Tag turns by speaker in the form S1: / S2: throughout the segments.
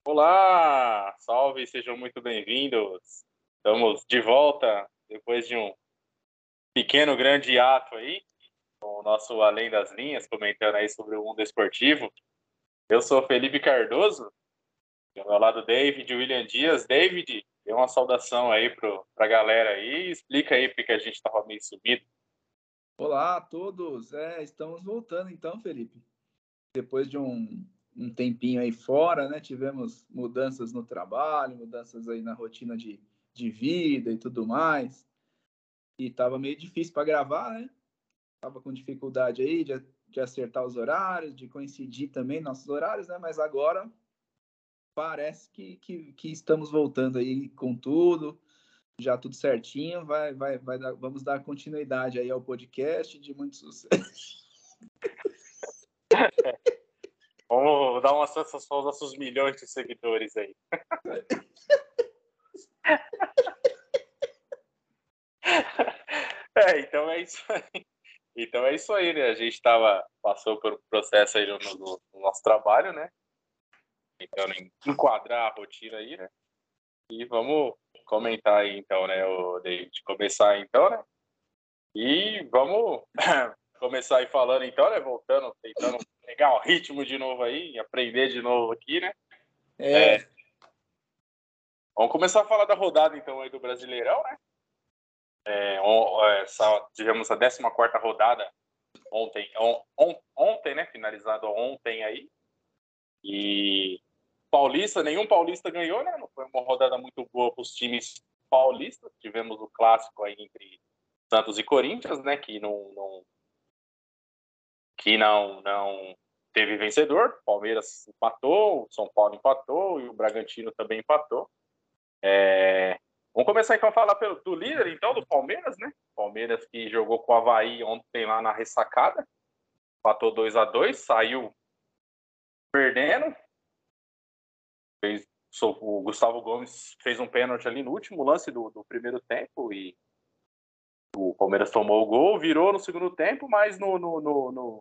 S1: Olá, salve, sejam muito bem-vindos. Estamos de volta depois de um pequeno, grande ato aí, com o nosso Além das Linhas, comentando aí sobre o mundo esportivo. Eu sou Felipe Cardoso, e ao meu lado David William Dias. David, dê uma saudação aí para a galera aí, explica aí porque a gente estava meio sumido.
S2: Olá a todos, estamos voltando então, Felipe. Depois de um tempinho aí fora, né? Tivemos mudanças no trabalho, mudanças aí na rotina de vida e tudo mais. E tava meio difícil para gravar, né? Tava com dificuldade aí de acertar os horários, de coincidir também nossos horários, né? Mas agora parece que estamos voltando aí com tudo, já tudo certinho. Vamos dar continuidade aí ao podcast de muito sucesso.
S1: Vamos dar uma sensação aos nossos milhões de seguidores aí. Então é isso aí. Então é isso aí, né? A gente passou por um processo aí no nosso trabalho, né? Tentando enquadrar a rotina aí, né? E vamos comentar aí, então, né, o David? Começar então, né? E vamos começar aí falando, então, né? Voltando, tentando pegar o ritmo de novo aí, aprender de novo aqui, né? Vamos começar a falar da rodada, então, aí do Brasileirão, né? Tivemos a 14ª rodada ontem, né? Finalizado ontem aí. E nenhum paulista ganhou, né? Não foi uma rodada muito boa para os times paulistas. Tivemos o clássico aí entre Santos e Corinthians, né? Que não teve vencedor. Palmeiras empatou, o São Paulo empatou e o Bragantino também empatou. Vamos começar então a falar do líder, então, do Palmeiras, né? Palmeiras que jogou com o Avaí ontem lá na ressacada, empatou 2-2, saiu perdendo. O Gustavo Gomes fez um pênalti ali no último lance do primeiro tempo e o Palmeiras tomou o gol, virou no segundo tempo, mas no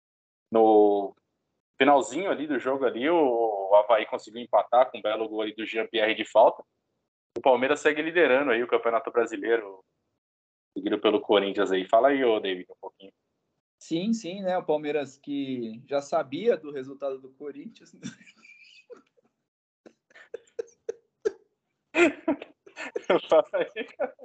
S1: finalzinho ali do jogo ali, o Avaí conseguiu empatar com um belo gol ali do Jean-Pierre de falta. O Palmeiras segue liderando aí o Campeonato Brasileiro, seguido pelo Corinthians aí. Fala aí, ô David, um pouquinho.
S2: Sim, né? O Palmeiras que já sabia do resultado do Corinthians.
S1: Fala aí, cara.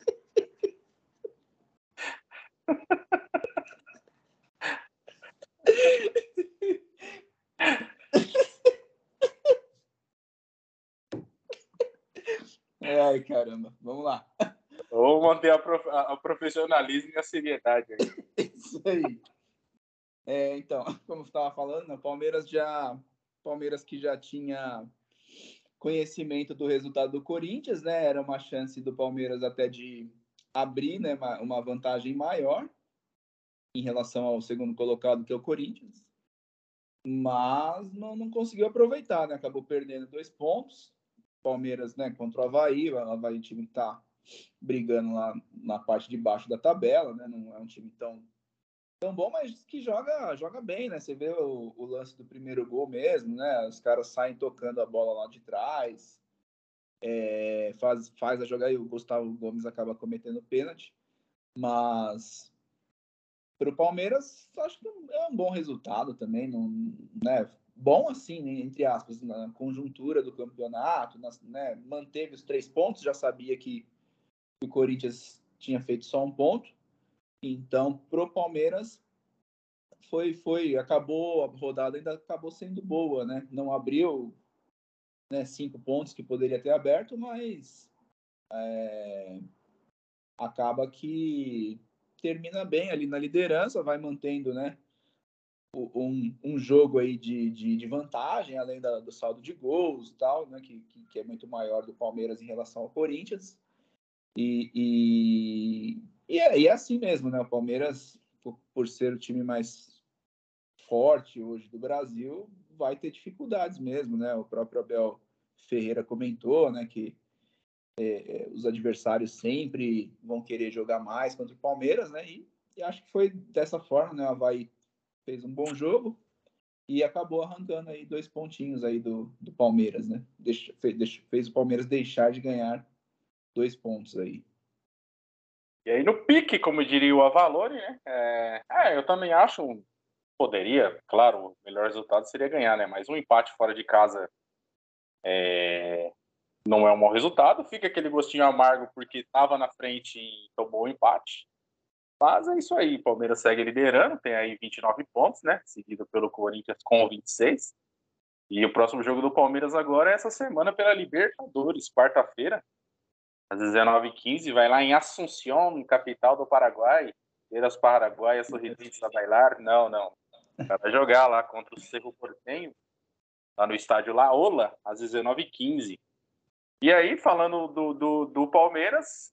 S2: Ai, caramba. Vamos lá.
S1: Vamos manter a profissionalismo e a seriedade aí.
S2: Isso aí. Então, como eu estava falando, o Palmeiras que já tinha conhecimento do resultado do Corinthians, né? Era uma chance do Palmeiras até de abrir, né, uma vantagem maior em relação ao segundo colocado, que é o Corinthians. Mas não conseguiu aproveitar, né? Acabou perdendo 2 pontos. Palmeiras, né, contra o Avaí time que está brigando lá na parte de baixo da tabela, né? Não é um time tão bom, mas que joga bem, né? Você vê o lance do primeiro gol mesmo, né? Os caras saem tocando a bola lá de trás, faz a jogada e o Gustavo Gomes acaba cometendo pênalti. Mas para o Palmeiras, acho que é um bom resultado também, não, né? Bom assim, né, entre aspas, na conjuntura do campeonato, né? Manteve os 3 pontos, já sabia que o Corinthians tinha feito só um ponto. Então, pro Palmeiras acabou a rodada, ainda acabou sendo boa, né? Não abriu, né, 5 pontos que poderia ter aberto, mas acaba que termina bem ali na liderança, vai mantendo, né, um jogo aí de vantagem, além do saldo de gols e tal, né, que é muito maior do Palmeiras em relação ao Corinthians. E é assim mesmo, né? O Palmeiras, por ser o time mais forte hoje do Brasil, vai ter dificuldades mesmo, né? O próprio Abel Ferreira comentou, né, que os adversários sempre vão querer jogar mais contra o Palmeiras, né? E acho que foi dessa forma, né? O Avaí fez um bom jogo, e acabou arrancando aí 2 pontinhos aí do Palmeiras, né? Fez o Palmeiras deixar de ganhar 2 pontos aí.
S1: E aí no pique, como diria o Avalone, né? Eu também acho, poderia, claro, o melhor resultado seria ganhar, né? Mas um empate fora de casa não é um mau resultado, fica aquele gostinho amargo porque estava na frente e tomou o empate. Mas é isso aí, o Palmeiras segue liderando, tem aí 29 pontos, né? Seguido pelo Corinthians com 26. E o próximo jogo do Palmeiras agora é essa semana pela Libertadores, quarta-feira, às 19h15, vai lá em Asunción, capital do Paraguai. As paraguaias sorridentes a bailar. Não. Vai jogar lá contra o Cerro Porteño, lá no estádio La Ola, às 19h15. E aí, falando do Palmeiras,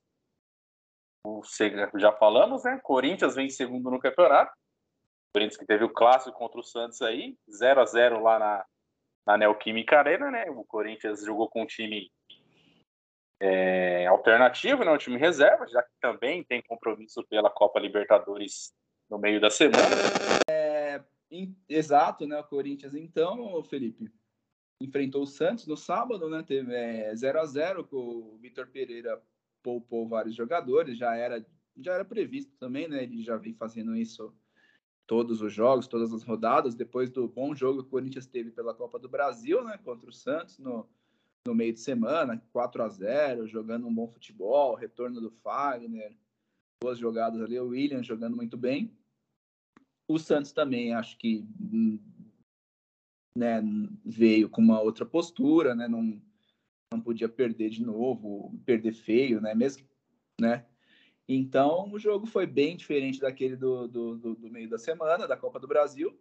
S1: já falamos, né? Corinthians vem segundo no campeonato. Corinthians que teve o clássico contra o Santos aí, 0-0 lá na Neoquímica Arena, né? O Corinthians jogou com um time alternativo, né? Um time reserva, já que também tem compromisso pela Copa Libertadores no meio da semana.
S2: Exato, né? O Corinthians, então, Felipe, enfrentou o Santos no sábado, né? Teve 0-0, que o Vitor Pereira poupou vários jogadores, já era previsto também, né? Ele já vem fazendo isso todos os jogos, todas as rodadas, depois do bom jogo que o Corinthians teve pela Copa do Brasil, né? Contra o Santos no meio de semana, 4-0, jogando um bom futebol, retorno do Fagner, 2 jogadas ali, o William jogando muito bem. O Santos também, acho que né, veio com uma outra postura, né, não podia perder de novo, perder feio, né, mesmo, né. Então, o jogo foi bem diferente daquele do meio da semana, da Copa do Brasil,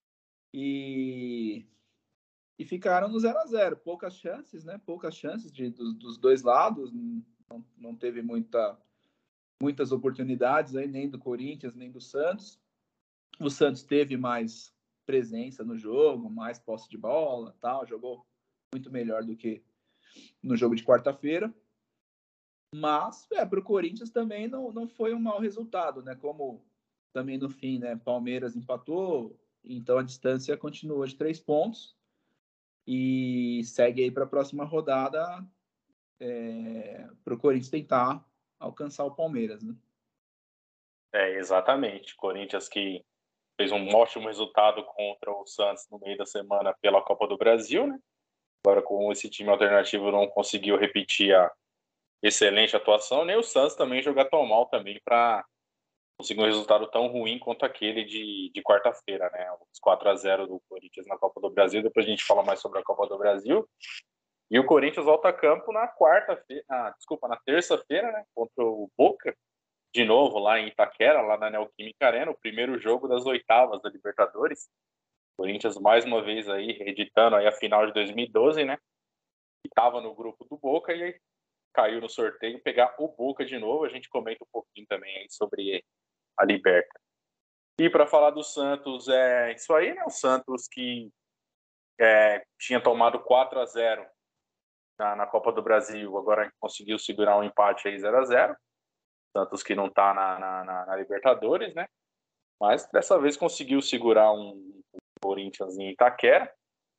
S2: e ficaram no 0-0, poucas chances, né, dos dois lados, não teve muitas oportunidades aí, nem do Corinthians, nem do Santos. O Santos teve mais presença no jogo, mais posse de bola, tal, jogou muito melhor do que no jogo de quarta-feira. Mas para o Corinthians também não foi um mau resultado, né? Como também no fim, né? Palmeiras empatou, então a distância continua de 3 pontos e segue aí para a próxima rodada para o Corinthians tentar alcançar o Palmeiras, né?
S1: Exatamente. Corinthians que fez um ótimo resultado contra o Santos no meio da semana pela Copa do Brasil, né? Agora com esse time alternativo não conseguiu repetir a excelente atuação, nem o Santos também jogar tão mal também para conseguir um resultado tão ruim quanto aquele de quarta-feira, né? Os 4-0 do Corinthians na Copa do Brasil. Depois a gente fala mais sobre a Copa do Brasil. E o Corinthians volta a campo na terça-feira, né? Contra o Boca, de novo lá em Itaquera, lá na Neoquímica Arena, o primeiro jogo das oitavas da Libertadores. O Corinthians mais uma vez aí reeditando aí a final de 2012, né? Estava no grupo do Boca e aí caiu no sorteio pegar o Boca de novo. A gente comenta um pouquinho também aí sobre a Liberta. E para falar do Santos, é isso aí, né? O Santos que tinha tomado 4-0 na Copa do Brasil, agora conseguiu segurar um empate aí 0-0. Santos que não está na Libertadores, né? Mas dessa vez conseguiu segurar um Corinthians em Itaquera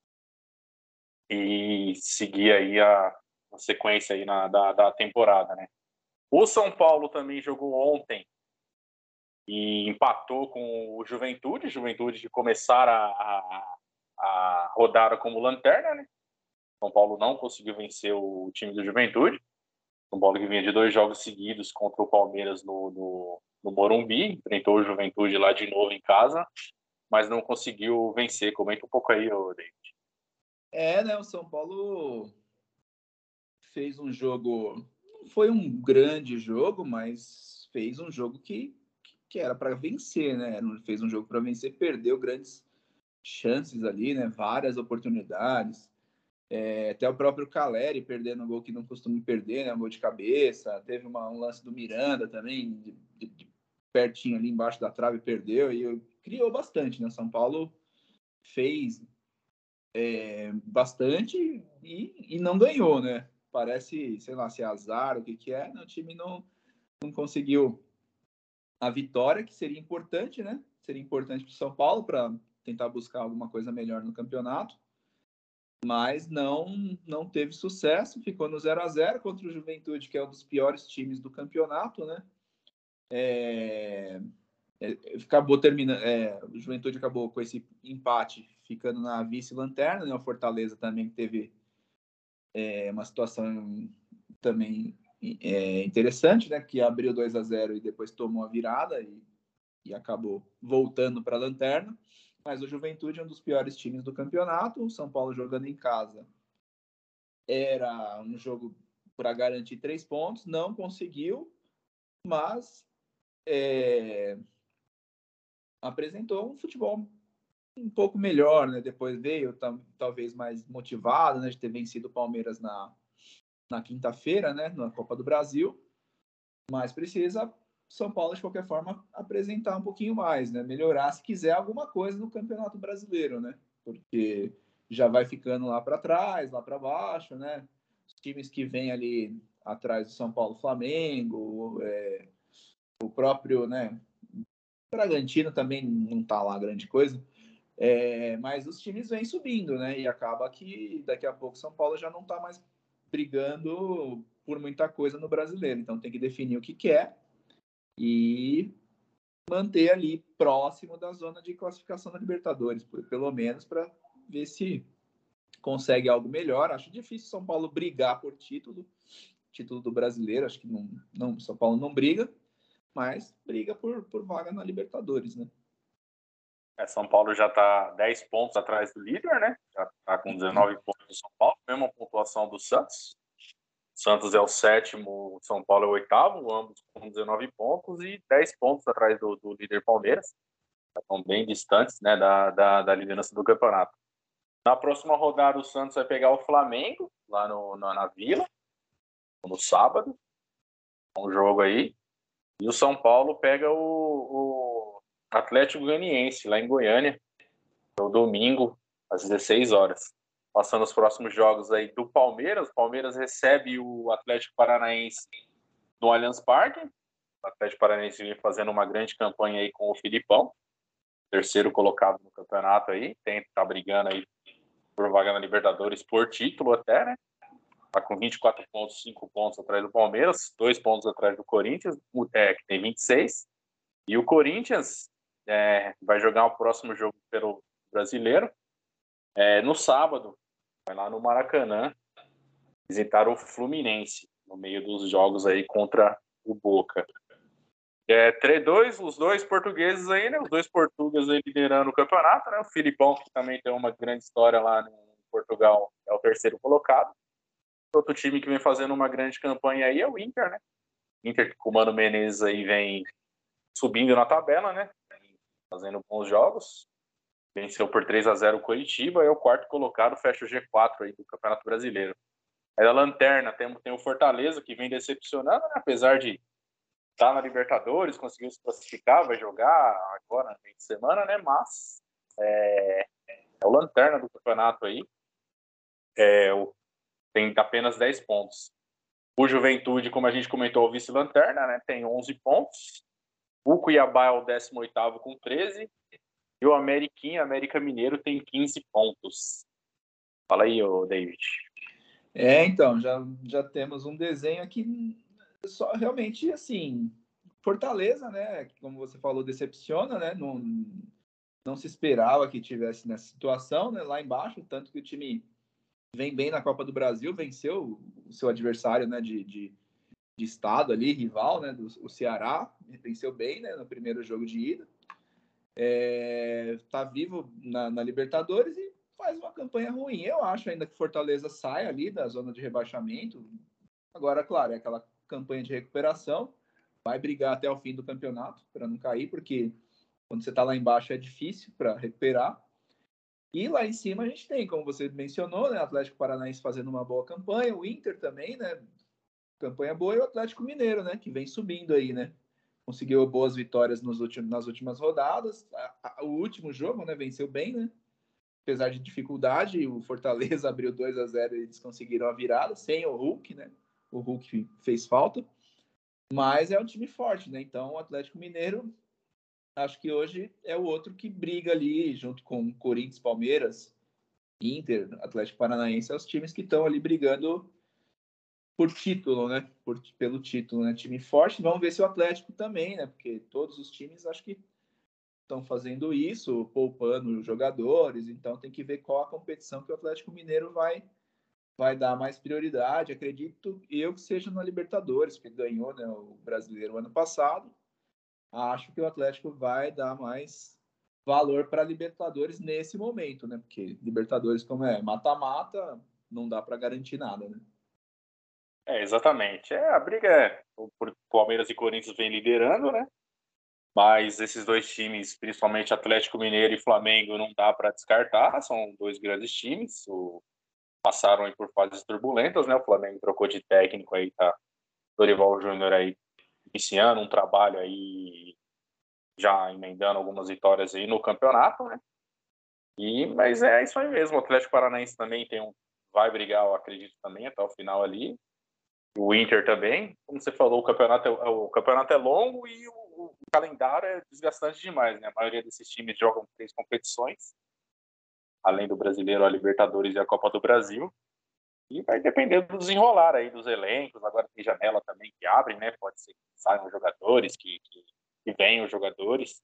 S1: e seguir aí a sequência aí da temporada, né? O São Paulo também jogou ontem e empatou com o Juventude de começar a rodada como lanterna, né? São Paulo não conseguiu vencer o time do Juventude. São Paulo que vinha de 2 jogos seguidos contra o Palmeiras no Morumbi, enfrentou o Juventude lá de novo em casa, mas não conseguiu vencer. Comenta um pouco aí, David.
S2: Né? O São Paulo fez um jogo, não foi um grande jogo, mas fez um jogo que era para vencer, né? Fez um jogo para vencer, perdeu grandes chances ali, né? Várias oportunidades. Até o próprio Caleri perdendo um gol que não costuma perder, né? Um gol de cabeça. Teve um lance do Miranda também, de pertinho ali embaixo da trave, perdeu. E criou bastante, né? São Paulo fez bastante e não ganhou, né? Parece, sei lá, se é azar, o que é. O time não conseguiu a vitória, que seria importante, né? Seria importante para o São Paulo para tentar buscar alguma coisa melhor no campeonato, mas não teve sucesso, ficou no 0-0 contra o Juventude, que é um dos piores times do campeonato, né? Acabou terminando, o Juventude acabou com esse empate ficando na vice-lanterna, né? O Fortaleza também teve uma situação também interessante, né? Que abriu 2-0 e depois tomou a virada e acabou voltando para a lanterna. Mas o Juventude é um dos piores times do campeonato. O São Paulo jogando em casa era um jogo para garantir 3 pontos, não conseguiu, mas apresentou um futebol um pouco melhor, né? Depois veio talvez mais motivado, né? De ter vencido o Palmeiras na quinta-feira, né? Na Copa do Brasil, mas precisa São Paulo de qualquer forma apresentar um pouquinho mais, né? Melhorar se quiser alguma coisa no Campeonato Brasileiro, né? Porque já vai ficando lá para trás, lá para baixo, né? Os times que vêm ali atrás do São Paulo, Flamengo, o próprio, né? Bragantino também não tá lá grande coisa. Mas os times vêm subindo, né? E acaba que daqui a pouco São Paulo já não está mais brigando por muita coisa no Brasileiro. Então tem que definir o que quer e manter ali próximo da zona de classificação da Libertadores, pelo menos para ver se consegue algo melhor. Acho difícil São Paulo brigar por título do Brasileiro. Acho que não São Paulo não briga, mas briga por vaga na Libertadores, né?
S1: São Paulo já está 10 pontos atrás do líder, né? Já está com 19 pontos do São Paulo, mesma pontuação do Santos. Santos é o 7º, São Paulo é o 8º, ambos com 19 pontos e 10 pontos atrás do líder Palmeiras. Estão bem distantes, né, da liderança do campeonato. Na próxima rodada, o Santos vai pegar o Flamengo, lá na Vila, no sábado. Um jogo aí. E o São Paulo pega o Atlético Goianiense, lá em Goiânia, no domingo, às 16 horas. Passando os próximos jogos aí do Palmeiras. O Palmeiras recebe o Atlético Paranaense no Allianz Parque. O Atlético Paranaense vem fazendo uma grande campanha aí com o Filipão, terceiro colocado no campeonato aí. Tá brigando aí por vaga na Libertadores, por título até, né? Tá com 24 pontos, 5 pontos atrás do Palmeiras, 2 pontos atrás do Corinthians, que tem 26. E o Corinthians vai jogar o próximo jogo pelo Brasileiro no sábado. Vai lá no Maracanã visitar o Fluminense no meio dos jogos aí contra o Boca. 3-2, os dois portugueses aí, né? Os dois portugueses aí liderando o campeonato, né? O Filipão, que também tem uma grande história lá em Portugal, é o terceiro colocado. Outro time que vem fazendo uma grande campanha aí é o Inter, né? Inter, com o Mano Menezes aí, vem subindo na tabela, né? Fazendo bons jogos. Venceu por 3-0 o Coritiba, é o quarto colocado, fecha o G4 aí do Campeonato Brasileiro. Aí a lanterna tem o Fortaleza, que vem decepcionando, né? Apesar de estar na Libertadores, conseguiu se classificar, vai jogar agora no meio de semana, né? Mas é o lanterna do campeonato aí. Tem apenas 10 pontos. O Juventude, como a gente comentou, o vice-lanterna, né? Tem 11 pontos. O Cuiabá é o 18º com 13. E o América Mineiro, tem 15 pontos. Fala aí, David.
S2: Então, já temos um desenho aqui só realmente assim. Fortaleza, né? Como você falou, decepciona, né? Não se esperava que tivesse nessa situação, né? Lá embaixo, tanto que o time vem bem na Copa do Brasil, venceu o seu adversário, né? De estado ali, rival, né? O Ceará, venceu bem, né? No primeiro jogo de ida. Tá vivo na Libertadores e faz uma campanha ruim. Eu acho ainda que Fortaleza sai ali da zona de rebaixamento. Agora, claro, é aquela campanha de recuperação. Vai brigar até o fim do campeonato para não cair, porque quando você está lá embaixo é difícil para recuperar. E lá em cima a gente tem, como você mencionou, né, Atlético Paranaense fazendo uma boa campanha, o Inter também, né, campanha boa, e o Atlético Mineiro, né, que vem subindo aí, né, conseguiu boas vitórias nas últimas rodadas. O último jogo, né, venceu bem, né, apesar de dificuldade, o Fortaleza abriu 2-0 e eles conseguiram a virada, sem o Hulk, né, o Hulk fez falta, mas é um time forte, né, então o Atlético Mineiro acho que hoje é o outro que briga ali, junto com Corinthians, Palmeiras, Inter, Atlético Paranaense, é os times que estão ali brigando por título, né? Pelo título, né? Time forte. Vamos ver se o Atlético também, né? Porque todos os times acho que estão fazendo isso, poupando os jogadores. Então tem que ver qual a competição que o Atlético Mineiro vai dar mais prioridade. Acredito eu que seja na Libertadores, que ganhou, né, o Brasileiro ano passado. Acho que o Atlético vai dar mais valor para a Libertadores nesse momento, né? Porque Libertadores, como é mata-mata, não dá para garantir nada, né?
S1: Exatamente. A briga o Palmeiras e Corinthians vem liderando, né? Mas esses dois times, principalmente Atlético Mineiro e Flamengo, não dá para descartar, são dois grandes times, passaram aí por fases turbulentas, né? O Flamengo trocou de técnico aí, tá? Dorival Júnior aí iniciando um trabalho aí, já emendando algumas vitórias aí no campeonato, né? Mas é isso aí mesmo, o Atlético Paranaense também vai brigar, eu acredito também, até o final ali. O Inter também, como você falou, o campeonato é longo e o calendário é desgastante demais, né? A maioria desses times jogam 3 competições, além do Brasileiro, a Libertadores e a Copa do Brasil. E vai depender do desenrolar aí dos elencos. Agora tem janela também que abre, né? Pode ser que saiam os jogadores, que venham os jogadores.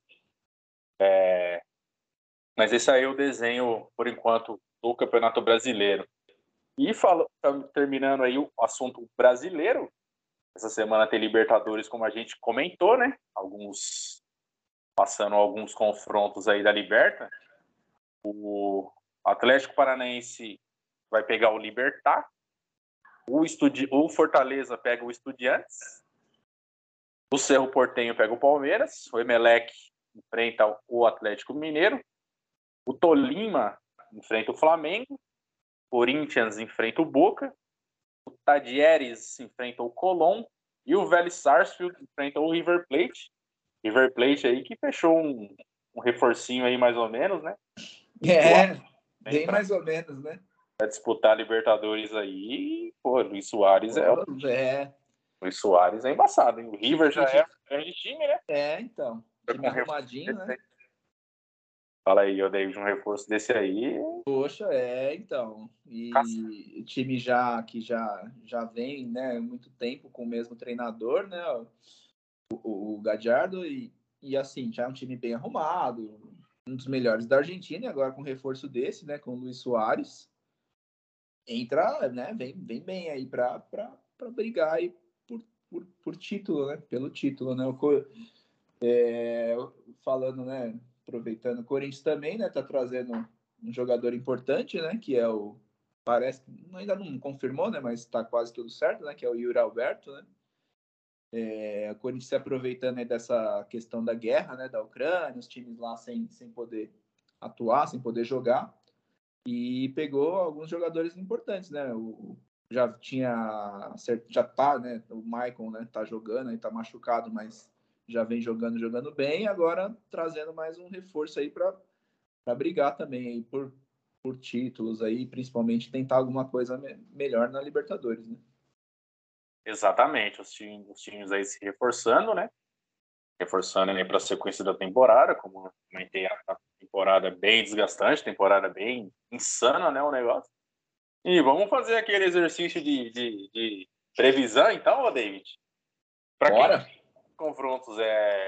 S1: Mas esse aí é o desenho, por enquanto, do Campeonato Brasileiro. E terminando aí o assunto brasileiro, essa semana tem Libertadores, como a gente comentou, né? Passando alguns confrontos aí da Liberta. O Atlético Paranaense vai pegar o Libertad, o Fortaleza pega o Estudiantes, o Cerro Porteño pega o Palmeiras, o Emelec enfrenta o Atlético Mineiro, o Tolima enfrenta o Flamengo, o Corinthians enfrenta o Boca, o Tadieres enfrenta o Colón e o Vélez Sarsfield enfrenta o River Plate. River Plate aí que fechou um reforcinho aí mais ou menos, né?
S2: É, bem mais ou menos, né?
S1: Para disputar a Libertadores aí, pô, Luiz Soares Luiz Soares é embaçado, hein? O River já é um grande time, né?
S2: Então. Time arrumadinho, né?
S1: Fala aí, o David, um reforço desse aí.
S2: Poxa, então. E o time que já vem, né, muito tempo com o mesmo treinador, né? O Gadiardo, e assim, já é um time bem arrumado, um dos melhores da Argentina, e agora com reforço desse, né, com o Luiz Soares, entra, né, vem bem aí para brigar aí por título, né, pelo título, né, falando, né, aproveitando, o Corinthians também, né, tá trazendo um jogador importante, né, que é parece que ainda não confirmou, né, mas está quase tudo certo, né, que é o Yuri Alberto, né. O Corinthians se aproveitando aí dessa questão da guerra, né, da Ucrânia, os times lá sem poder atuar, sem poder jogar, e pegou alguns jogadores importantes, né? Já tá, né? O Maicon, né? Tá jogando, aí tá machucado, mas já vem jogando bem. Agora trazendo mais um reforço aí para brigar também aí por títulos aí, principalmente tentar alguma coisa melhor na Libertadores, né?
S1: Exatamente, os times aí se reforçando, né? Reforçando aí para a sequência da temporada, como eu comentei, a temporada bem desgastante, temporada bem insana, né? O negócio. E vamos fazer aquele exercício de previsão, então, David? Para quem
S2: Bora!
S1: confrontos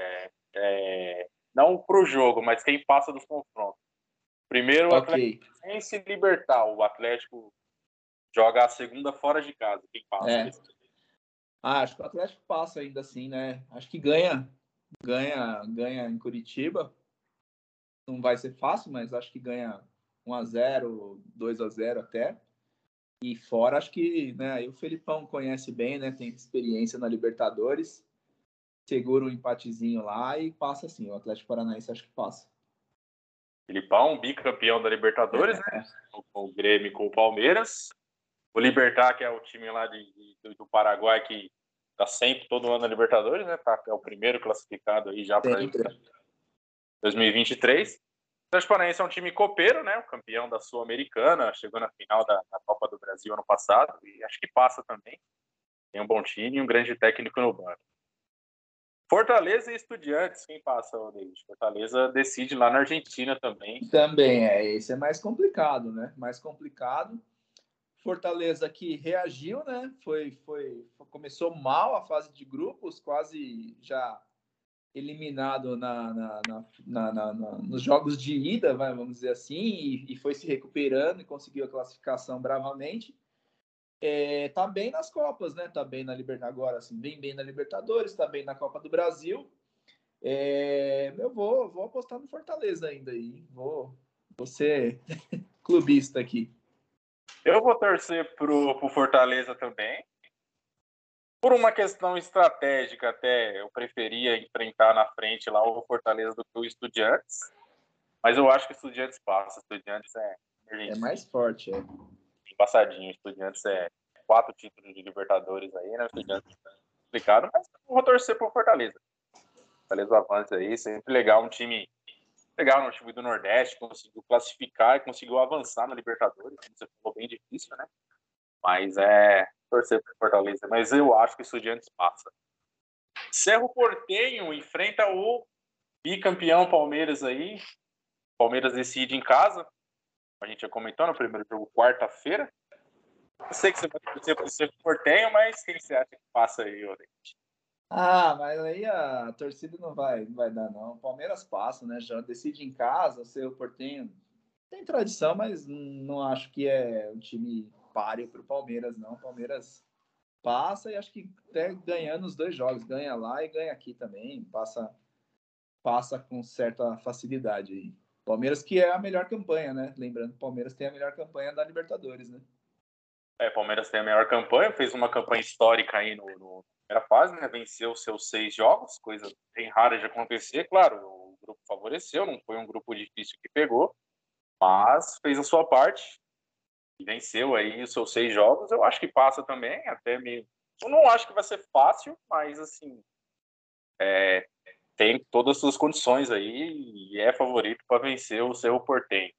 S1: não para o jogo, mas quem passa dos confrontos. Primeiro, o Atlético
S2: Ok.
S1: sem se libertar. O Atlético joga a segunda fora de casa. Quem passa desse?
S2: Acho que o Atlético passa ainda assim, né? Acho que ganha em Curitiba. Não vai ser fácil, mas acho que ganha 1-0, 2-0 até. E fora, acho que, né, aí o Felipão conhece bem, né? Tem experiência na Libertadores. Segura um empatezinho lá e passa assim. O Atlético Paranaense acho que passa.
S1: Filipão, bicampeão da Libertadores, né? Com o Grêmio e com o Palmeiras. O Libertad, que é o time lá do Paraguai, que tá sempre, todo ano na Libertadores, né? É o primeiro classificado aí já para 2023. O Atlético Paranaense é um time copeiro, né? O campeão da Sul-Americana, chegou na final da Copa do Brasil ano passado e acho que passa também. Tem um bom time e um grande técnico no banco. Fortaleza e Estudiantes, quem passa, David? Fortaleza decide lá na Argentina também.
S2: Também esse é mais complicado, né? Mais complicado. Fortaleza que reagiu, né? Começou mal a fase de grupos, quase já eliminado nos jogos de ida, vamos dizer assim, e foi se recuperando e conseguiu a classificação bravamente. Tá bem nas Copas, né? Tá bem na Libertadores agora, assim, bem na Libertadores, tá bem na Copa do Brasil. Eu vou apostar no Fortaleza ainda aí. Vou ser clubista aqui.
S1: Eu vou torcer pro Fortaleza também. Por uma questão estratégica até, eu preferia enfrentar na frente lá o Fortaleza do que o Estudiantes. Mas eu acho que o Estudiantes passa. O Estudiantes
S2: é mais forte,
S1: embaçadinho. O Estudiantes 4 títulos de Libertadores aí, né? O Estudiantes complicado, mas eu vou torcer pro Fortaleza. Fortaleza avança aí, sempre legal, um time legal no time do Nordeste, conseguiu classificar e conseguiu avançar na Libertadores, como você falou, bem difícil, né? Mas torcer pro Fortaleza. Mas eu acho que o Estudiantes passa. Cerro Porteño enfrenta o bicampeão Palmeiras aí. Palmeiras decide em casa. A gente já comentou no primeiro jogo, quarta-feira. Eu sei que você vai torcer pro Cerro Porteño, mas quem você acha que passa aí, Odete?
S2: Mas aí a torcida não vai dar, não. O Palmeiras passa, né? Já decide em casa, o Cerro Porteño tem tradição, mas não acho que é um time páreo para o Palmeiras, não. O Palmeiras passa e acho que até ganhando os 2 jogos, ganha lá e ganha aqui também, passa com certa facilidade aí. Palmeiras que é a melhor campanha, né? Lembrando que o Palmeiras tem a melhor campanha da Libertadores, né?
S1: Palmeiras tem a melhor campanha, fez uma campanha histórica aí no primeira fase, né? Venceu seus 6 jogos, coisa bem rara de acontecer. Claro, o grupo favoreceu, não foi um grupo difícil que pegou, mas fez a sua parte e venceu aí os seus 6 jogos. Eu acho que passa também, até meio. Eu não acho que vai ser fácil, mas assim, tem todas as suas condições aí e é favorito para vencer o Cerro Porteño.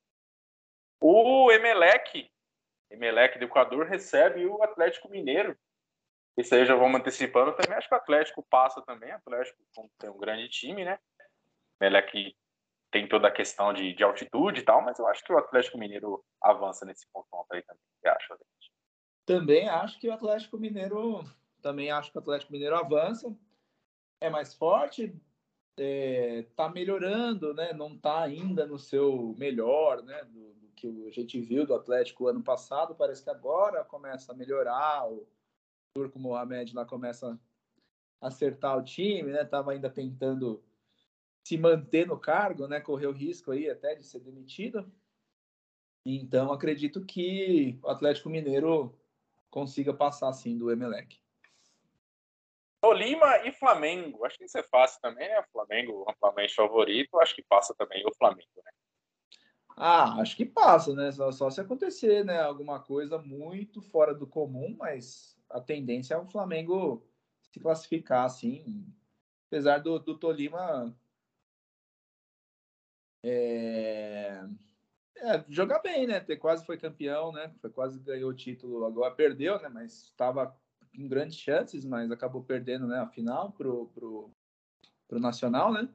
S1: O Emelec do Equador recebe o Atlético Mineiro. Isso aí já vamos antecipando também. Acho que o Atlético passa também. O Atlético tem um grande time, né? O Emelec tem toda a questão de altitude e tal, mas eu acho que o Atlético Mineiro avança nesse confronto aí também. O que acha, gente?
S2: Também acho que o Atlético Mineiro avança, é mais forte, tá melhorando, né? Não tá ainda no seu melhor, né? Do que a gente viu do Atlético ano passado. Parece que agora começa a melhorar. O Turco Mohamed lá começa a acertar o time, né? Tava ainda tentando se manter no cargo, né? Correu risco aí até de ser demitido. Então acredito que o Atlético Mineiro consiga passar sim do Emelec.
S1: Tolima e Flamengo. Acho que isso é fácil também, né? O Flamengo amplamente favorito. Acho que passa também o Flamengo, né?
S2: Acho que passa, né? Só se acontecer, né? Alguma coisa muito fora do comum, mas a tendência é o Flamengo se classificar, assim. Apesar do Tolima jogar bem, né? Quase foi campeão, né? Quase ganhou o título, agora perdeu, né? Mas estava com grandes chances, mas acabou perdendo, né? A final pro Nacional, né?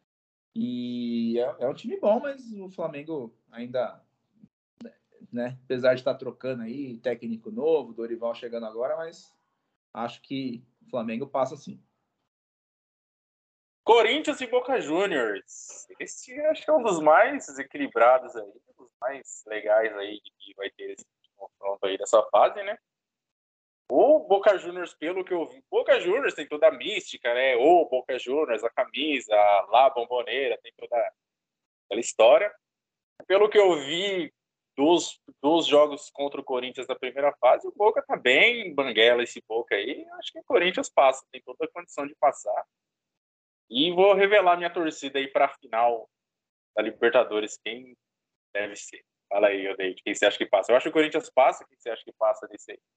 S2: E é um time bom, mas o Flamengo ainda, né? Apesar de estar trocando aí, técnico novo, Dorival chegando agora, mas acho que o Flamengo passa sim.
S1: Corinthians e Boca Juniors. Esse acho que é um dos mais equilibrados aí, um dos mais legais aí que vai ter esse confronto aí dessa fase, né? O Boca Juniors, pelo que eu vi, Boca Juniors tem toda a mística, né? O Boca Juniors, a camisa, lá a bomboneira, tem toda aquela história. Pelo que eu vi dos jogos contra o Corinthians da primeira fase, o Boca tá bem banguela esse Boca aí. Acho que o Corinthians passa, tem toda a condição de passar. E vou revelar minha torcida aí para a final da Libertadores. Quem deve ser? Fala aí, Odeide. Quem você acha que passa? Eu acho que o Corinthians passa. Quem você acha que passa desse aí?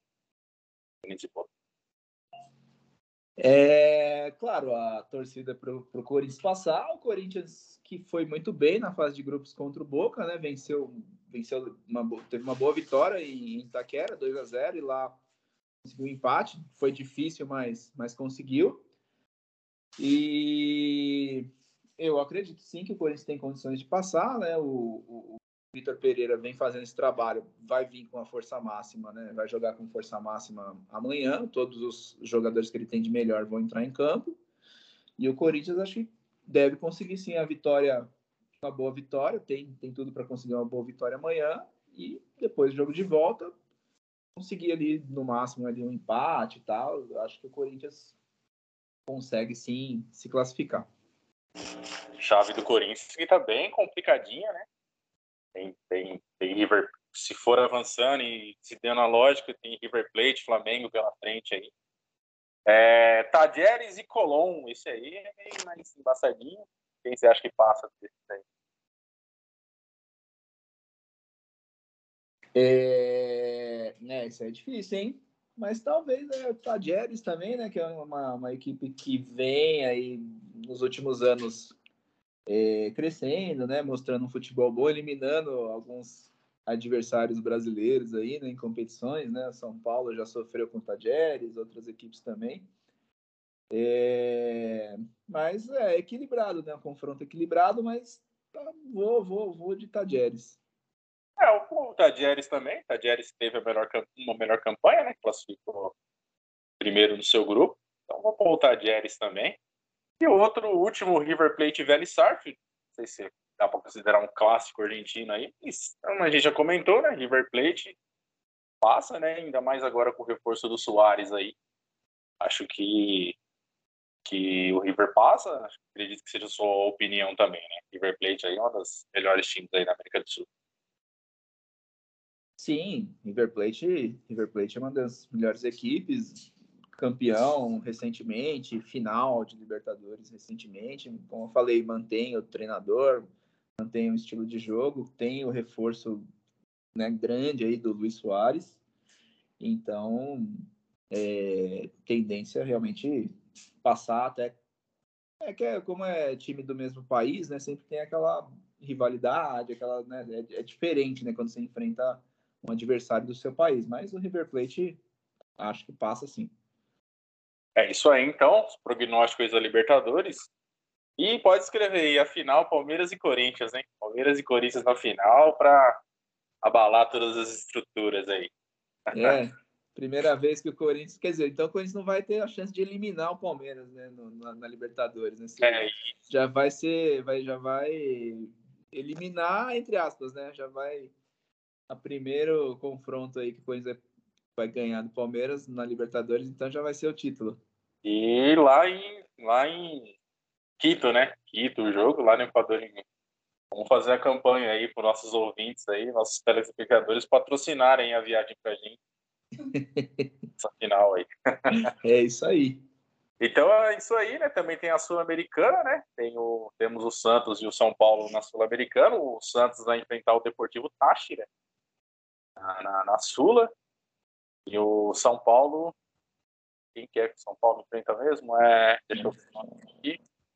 S2: Claro, a torcida para o Corinthians passar. O Corinthians que foi muito bem na fase de grupos contra o Boca, né? Teve uma boa vitória em Itaquera, 2-0, e lá conseguiu um empate. Foi difícil, mas conseguiu. E eu acredito sim que o Corinthians tem condições de passar, né? O Vitor Pereira vem fazendo esse trabalho, vai vir com a força máxima, né? Vai jogar com força máxima amanhã. Todos os jogadores que ele tem de melhor vão entrar em campo. E o Corinthians acho que deve conseguir sim a vitória, uma boa vitória. Tem tudo para conseguir uma boa vitória amanhã. E depois do jogo de volta, conseguir ali no máximo ali um empate e tal. Eu acho que o Corinthians consegue sim se classificar.
S1: Chave do Corinthians que tá bem complicadinha, né? Tem River, se for avançando e se dando a lógica, tem River Plate, Flamengo pela frente aí. Talleres e Colón, esse aí é meio mais embaçadinho. Quem você acha que passa desse aí?
S2: Isso é difícil, hein? Mas talvez o Talleres também, né? Que é uma equipe que vem aí nos últimos anos crescendo, né? Mostrando um futebol bom, eliminando alguns adversários brasileiros aí, né, em competições, né? São Paulo já sofreu com o Talleres, outras equipes também. Mas é equilibrado, né? Um confronto equilibrado, mas vou de Talleres.
S1: O Talleres também. Talleres teve uma melhor campanha, né? Classificou primeiro no seu grupo. Então vou pôr o Talleres também. E o último, River Plate e Vélez Sarsfield. Não sei se dá para considerar um clássico argentino aí. Então, a gente já comentou, né? River Plate passa, né? Ainda mais agora com o reforço do Suárez aí. Acho que o River passa. Acredito que seja a sua opinião também, né? River Plate aí é uma das melhores times aí da América do Sul.
S2: Sim, River Plate é uma das melhores equipes, campeão recentemente, final de Libertadores recentemente. Como eu falei, mantém o treinador, mantém o estilo de jogo, tem o reforço, né, grande aí do Luis Suárez. Então, tendência realmente passar até. Como é time do mesmo país, né? Sempre tem aquela rivalidade, né, é diferente, né? Quando você enfrenta um adversário do seu país. Mas o River Plate, acho que passa sim.
S1: É isso aí, então. Os prognósticos da Libertadores. E pode escrever aí a final Palmeiras e Corinthians, hein? Palmeiras e Corinthians na final para abalar todas as estruturas aí.
S2: Primeira vez que o Corinthians, quer dizer, então o Corinthians não vai ter a chance de eliminar o Palmeiras, né, na Libertadores, né? Já vai eliminar, entre aspas, né? Já vai a primeiro confronto aí que o Corinthians vai ganhar do Palmeiras na Libertadores, então já vai ser o título.
S1: E lá em Quito, né? Quito, o jogo lá no Equador. Vamos fazer a campanha aí para nossos ouvintes aí, nossos telespectadores patrocinarem a viagem para a gente. Essa final aí.
S2: É isso aí.
S1: Então é isso aí, né? Também tem a Sul-Americana, né? Temos o Santos e o São Paulo na Sul-Americana. O Santos vai enfrentar o Deportivo Táchira na Sula. E o São Paulo, quem quer que o São Paulo enfrenta mesmo? Deixa eu ver o nome aqui.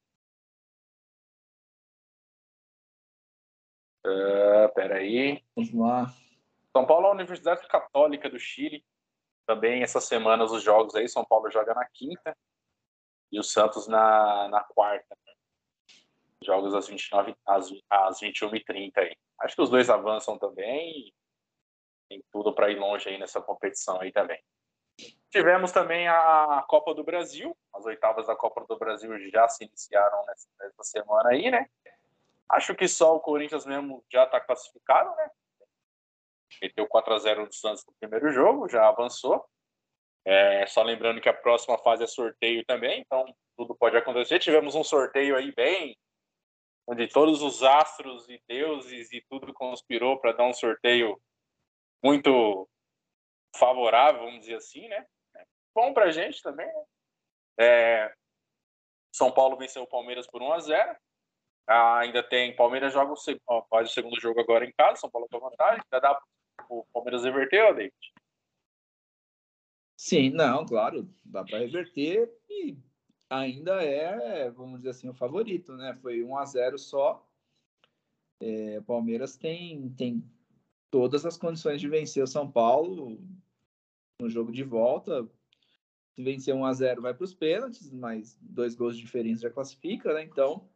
S1: Peraí.
S2: Vamos lá.
S1: São Paulo é a Universidade Católica do Chile. Também essas semanas os jogos aí, São Paulo joga na quinta e o Santos na quarta. Jogos às 21h30 aí. Acho que os dois avançam também e tem tudo para ir longe aí nessa competição aí também. Tivemos também a Copa do Brasil. As oitavas da Copa do Brasil já se iniciaram nessa semana aí, né? Acho que só o Corinthians mesmo já está classificado, né? Meteu 4-0 no Santos no primeiro jogo, já avançou. Só lembrando que a próxima fase é sorteio também, então tudo pode acontecer. Tivemos um sorteio aí bem, onde todos os astros e deuses e tudo conspirou para dar um sorteio muito favorável, vamos dizer assim, né? Bom pra gente também, né? São Paulo venceu o Palmeiras por 1-0. Ainda tem Palmeiras faz o segundo jogo agora em casa, São Paulo com vantagem. Ainda dá o Palmeiras reverter, David?
S2: Sim, não, claro, dá para reverter e ainda vamos dizer assim, o favorito, né? Foi 1-0 só. O Palmeiras tem todas as condições de vencer o São Paulo no jogo de volta. Se vencer 1-0, vai para os pênaltis, mas 2 gols de diferença já classifica, né? Então,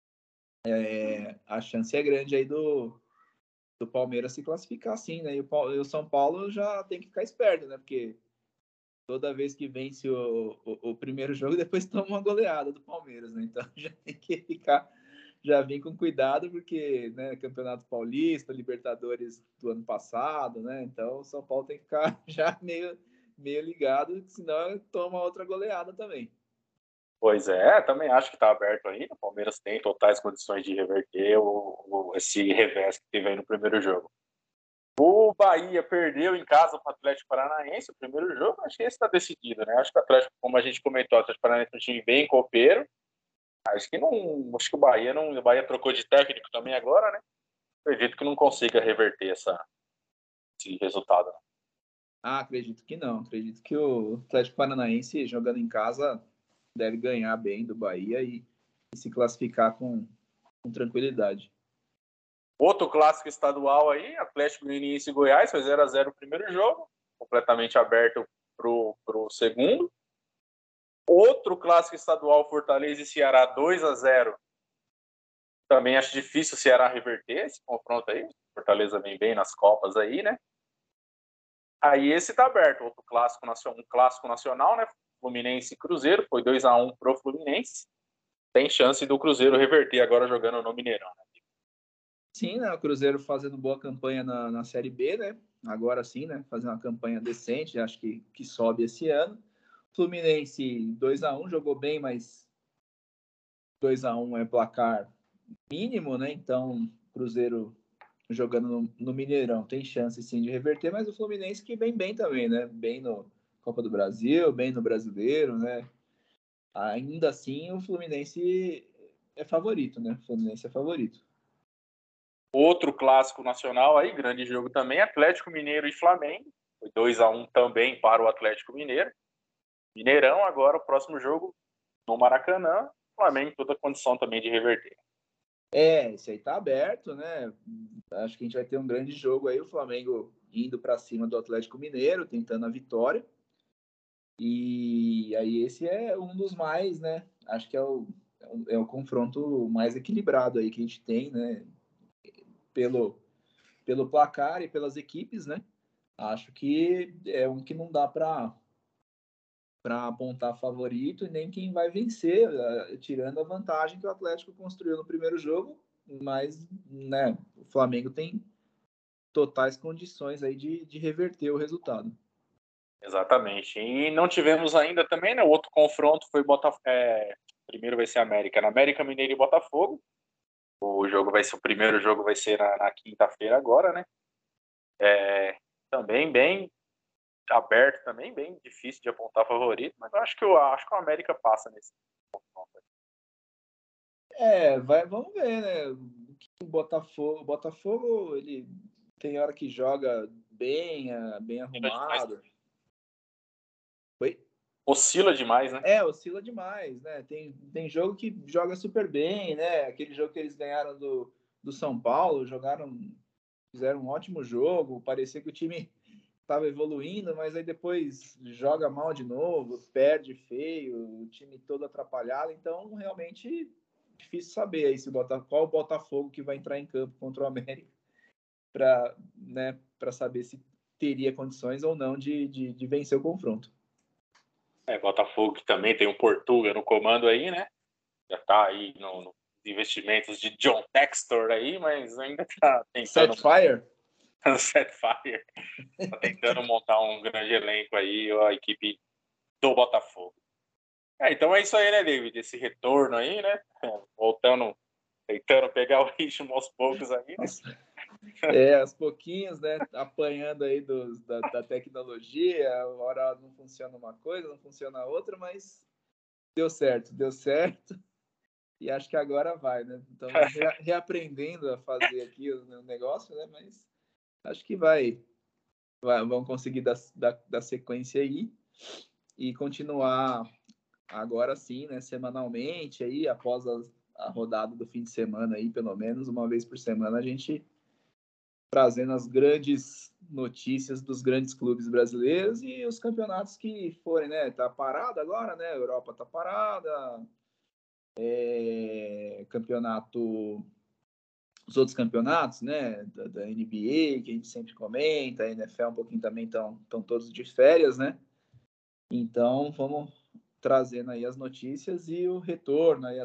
S2: a chance é grande aí do Palmeiras se classificar, sim, né? E o São Paulo já tem que ficar esperto, né? Porque toda vez que vence o primeiro jogo, depois toma uma goleada do Palmeiras, né? Então, já tem que já vem com cuidado, porque, né, Campeonato Paulista, Libertadores do ano passado, né? Então, o São Paulo tem que ficar já meio ligado, senão toma outra goleada também.
S1: Pois é, também acho que está aberto ainda. O Palmeiras tem totais condições de reverter esse revés que teve aí no primeiro jogo. O Bahia perdeu em casa para o Atlético Paranaense o primeiro jogo. Acho que esse está decidido, né? Acho que o Atlético, como a gente comentou, o Atlético Paranaense é um time bem copeiro. Acho que o Bahia não. O Bahia trocou de técnico também agora, né? Acredito que não consiga reverter esse resultado.
S2: Acredito que não. Acredito que o Atlético Paranaense, jogando em casa, deve ganhar bem do Bahia e se classificar com tranquilidade.
S1: Outro clássico estadual aí, Atlético Goianiense e Goiás, foi 0-0 o primeiro jogo, completamente aberto pro segundo. Outro clássico estadual, Fortaleza e Ceará, 2-0. Também acho difícil o Ceará reverter esse confronto aí. Fortaleza vem bem nas Copas aí, né? Aí esse tá aberto, outro clássico nacional, um clássico nacional, né? Fluminense e Cruzeiro, foi 2-1 pro Fluminense. Tem chance do Cruzeiro reverter agora jogando no Mineirão, né?
S2: Sim, né? O Cruzeiro fazendo boa campanha na Série B, né? Agora sim, né? Fazendo uma campanha decente, acho que sobe esse ano. Fluminense 2-1, jogou bem, mas 2-1 é placar mínimo, né? Então, Cruzeiro jogando no Mineirão tem chance sim de reverter, mas o Fluminense que vem bem também, né? Bem no Copa do Brasil, bem no Brasileiro, né? Ainda assim, o Fluminense é favorito, né? O Fluminense é favorito.
S1: Outro clássico nacional aí, grande jogo também, Atlético Mineiro e Flamengo. Foi 2-1 também para o Atlético Mineiro. Mineirão, agora o próximo jogo no Maracanã. Flamengo toda a condição também de reverter.
S2: Esse aí tá aberto, né? Acho que a gente vai ter um grande jogo aí, o Flamengo indo para cima do Atlético Mineiro, tentando a vitória. E aí esse é um dos mais, né? Acho que é o confronto mais equilibrado aí que a gente tem, né? Pelo placar e pelas equipes, né? Acho que é um que não dá para apontar favorito e nem quem vai vencer, tirando a vantagem que o Atlético construiu no primeiro jogo, mas, né, o Flamengo tem totais condições aí de reverter o resultado.
S1: Exatamente. E não tivemos ainda também, né? O outro confronto foi Botafogo. Primeiro vai ser América. Na América Mineiro e Botafogo. O primeiro jogo vai ser na quinta-feira agora, né? Também bem aberto, também bem difícil de apontar favorito, mas eu acho que o América passa nesse confronto.
S2: Vamos ver, né? O Botafogo, ele tem hora que joga bem, bem arrumado. Oi?
S1: Oscila demais, né?
S2: Oscila demais, né? Tem jogo que joga super bem, né? Aquele jogo que eles ganharam do São Paulo, fizeram um ótimo jogo, parecia que o time estava evoluindo, mas aí depois joga mal de novo, perde feio, o time todo atrapalhado, então realmente difícil saber aí qual o Botafogo que vai entrar em campo contra o América para, né, para saber se teria condições ou não de vencer o confronto.
S1: Botafogo que também tem um Portuga no comando aí, né? Já tá aí nos investimentos de John Textor aí, mas ainda tá tentando...
S2: Setfire?
S1: Setfire. Tá tentando montar um grande elenco aí, a equipe do Botafogo. Então é isso aí, né, David? Esse retorno aí, né? Voltando, tentando pegar o ritmo aos poucos aí, né?
S2: Aos pouquinhos, né? Apanhando aí da tecnologia, a hora não funciona uma coisa, não funciona outra, mas deu certo. E acho que agora vai, né? Estamos reaprendendo a fazer aqui o negócio, né? Mas acho que vamos conseguir dar sequência aí e continuar agora sim, né? Semanalmente aí, após a rodada do fim de semana aí, pelo menos uma vez por semana, a gente trazendo as grandes notícias dos grandes clubes brasileiros e os campeonatos que forem, né? Tá parado agora, né? A Europa tá parada, campeonato, os outros campeonatos, né? Da NBA, que a gente sempre comenta, a NFL um pouquinho também estão todos de férias, né? Então, vamos trazendo aí as notícias e o retorno, aí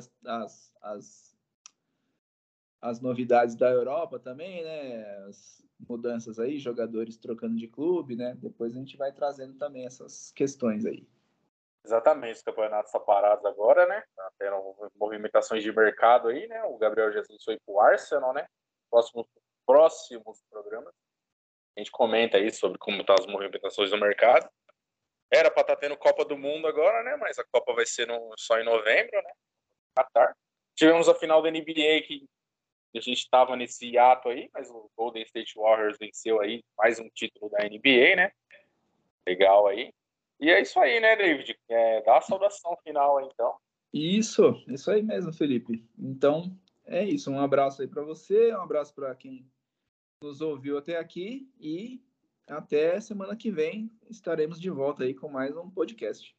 S2: as novidades da Europa também, né? As mudanças aí, jogadores trocando de clube, né? Depois a gente vai trazendo também essas questões aí.
S1: Exatamente, os campeonatos estão parados agora, né? Tá tendo movimentações de mercado aí, né? O Gabriel Jesus foi pro Arsenal, né? Próximos programas. A gente comenta aí sobre como estão as movimentações do mercado. Era para estar tendo Copa do Mundo agora, né? Mas a Copa vai ser só em novembro, né? Qatar. Tivemos a final da NBA que a gente estava nesse hiato aí, mas o Golden State Warriors venceu aí mais um título da NBA, né? Legal aí. E é isso aí, né, David? Dá a saudação final aí, então.
S2: Isso aí mesmo, Felipe. Então, é isso. Um abraço aí para você, um abraço para quem nos ouviu até aqui e até semana que vem estaremos de volta aí com mais um podcast.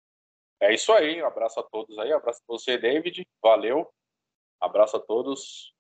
S1: É isso aí. Um abraço a todos aí. Um abraço a você, David. Valeu. Abraço a todos.